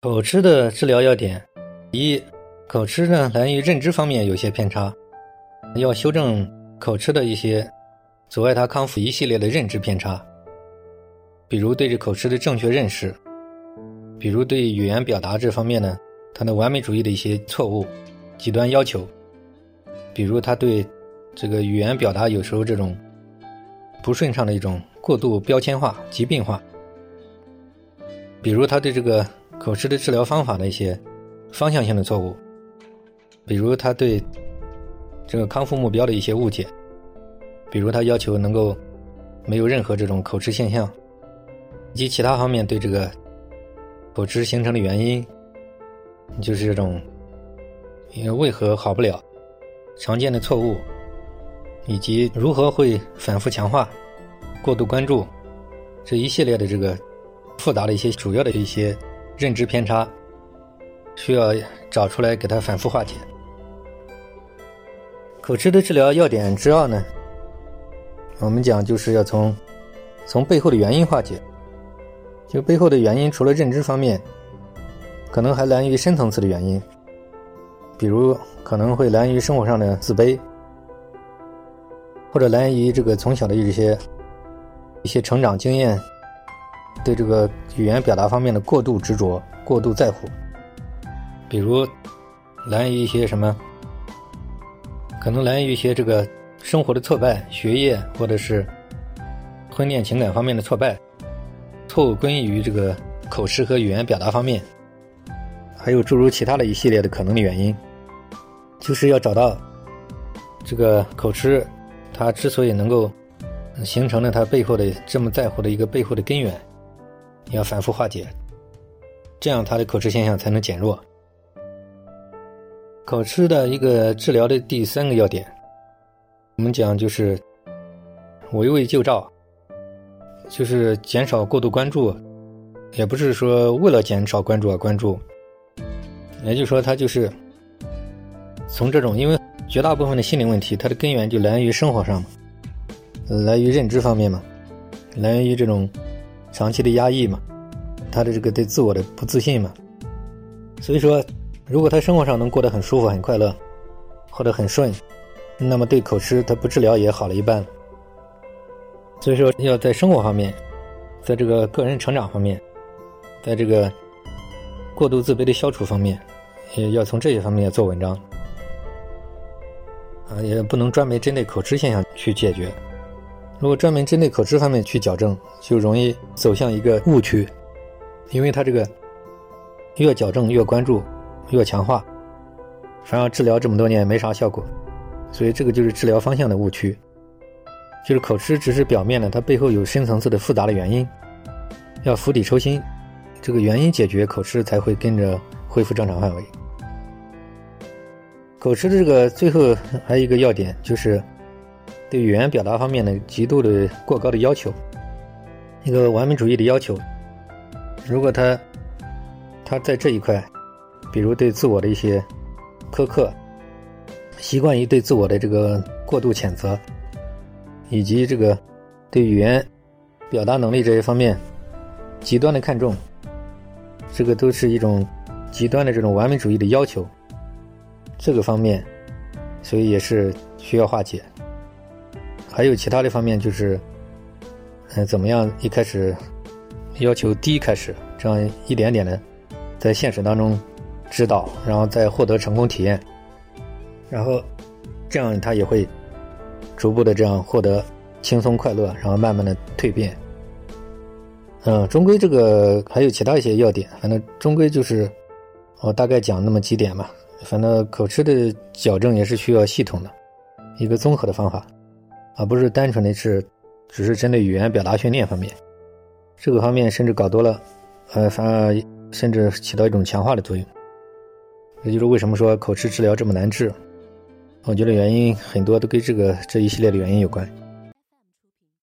口吃的治疗要点：一、口吃呢来源于认知方面有些偏差，要修正口吃的一些阻碍他康复一系列的认知偏差，比如对这口吃的正确认识，比如对语言表达这方面呢，他的完美主义的一些错误、极端要求，比如他对这个语言表达有时候这种不顺畅的一种过度标签化、疾病化，比如他对这个口吃的治疗方法的一些方向性的错误，比如他对这个康复目标的一些误解，比如他要求能够没有任何这种口吃现象，以及其他方面对这个口吃形成的原因，就是这种为何好不了，常见的错误，以及如何会反复强化、过度关注，这一系列的这个复杂的一些主要的一些认知偏差，需要找出来给它反复化解。口吃的治疗要点之二呢，我们讲就是要从背后的原因化解。就背后的原因除了认知方面，可能还来源于深层次的原因，比如可能会来源于生活上的自卑，或者来源于这个从小的一些成长经验，对这个语言表达方面的过度执着、过度在乎，比如来源于一些什么，可能来源于一些这个生活的挫败、学业或者是婚恋情感方面的挫败，错误归因于这个口吃和语言表达方面，还有诸如其他的一系列的可能的原因，就是要找到这个口吃它之所以能够形成了它背后的这么在乎的一个背后的根源，要反复化解，这样它的口吃现象才能减弱。口吃的一个治疗的第三个要点，我们讲就是围魏救赵，就是减少过度关注，也不是说为了减少关注而关注，也就是说它就是从这种，因为绝大部分的心理问题它的根源就来源于生活上嘛，来源于认知方面嘛，来源于这种长期的压抑嘛，他的这个对自我的不自信嘛。所以说如果他生活上能过得很舒服很快乐或者很顺，那么对口吃他不治疗也好了一半。所以说要在生活方面，在这个个人成长方面，在这个过度自卑的消除方面，也要从这些方面做文章也不能专门针对口吃现象去解决。如果专门针对口吃方面去矫正，就容易走向一个误区，因为它这个越矫正越关注越强化，反而治疗这么多年没啥效果，所以这个就是治疗方向的误区。就是口吃只是表面的，它背后有深层次的复杂的原因，要釜底抽薪，这个原因解决，口吃才会跟着恢复正常范围。口吃的这个最后还有一个要点，就是对语言表达方面的极度的过高的要求，一个完美主义的要求。如果他在这一块，比如对自我的一些苛刻，习惯于对自我的这个过度谴责，以及这个对语言表达能力这些方面极端的看重，这个都是一种极端的这种完美主义的要求，这个方面所以也是需要化解。还有其他的方面，就是怎么样一开始要求低开始，这样一点点的在现实当中指导，然后再获得成功体验，然后这样他也会逐步的这样获得轻松快乐，然后慢慢的蜕变。终归这个还有其他一些要点，反正终归就是我大概讲那么几点吧。反正口吃的矫正也是需要系统的一个综合的方法，而不是单纯的只是针对语言表达训练方面，这个方面甚至搞多了反而甚至起到一种强化的作用。这就是为什么说口吃治疗这么难治，我觉得原因很多都跟这一系列的原因有关。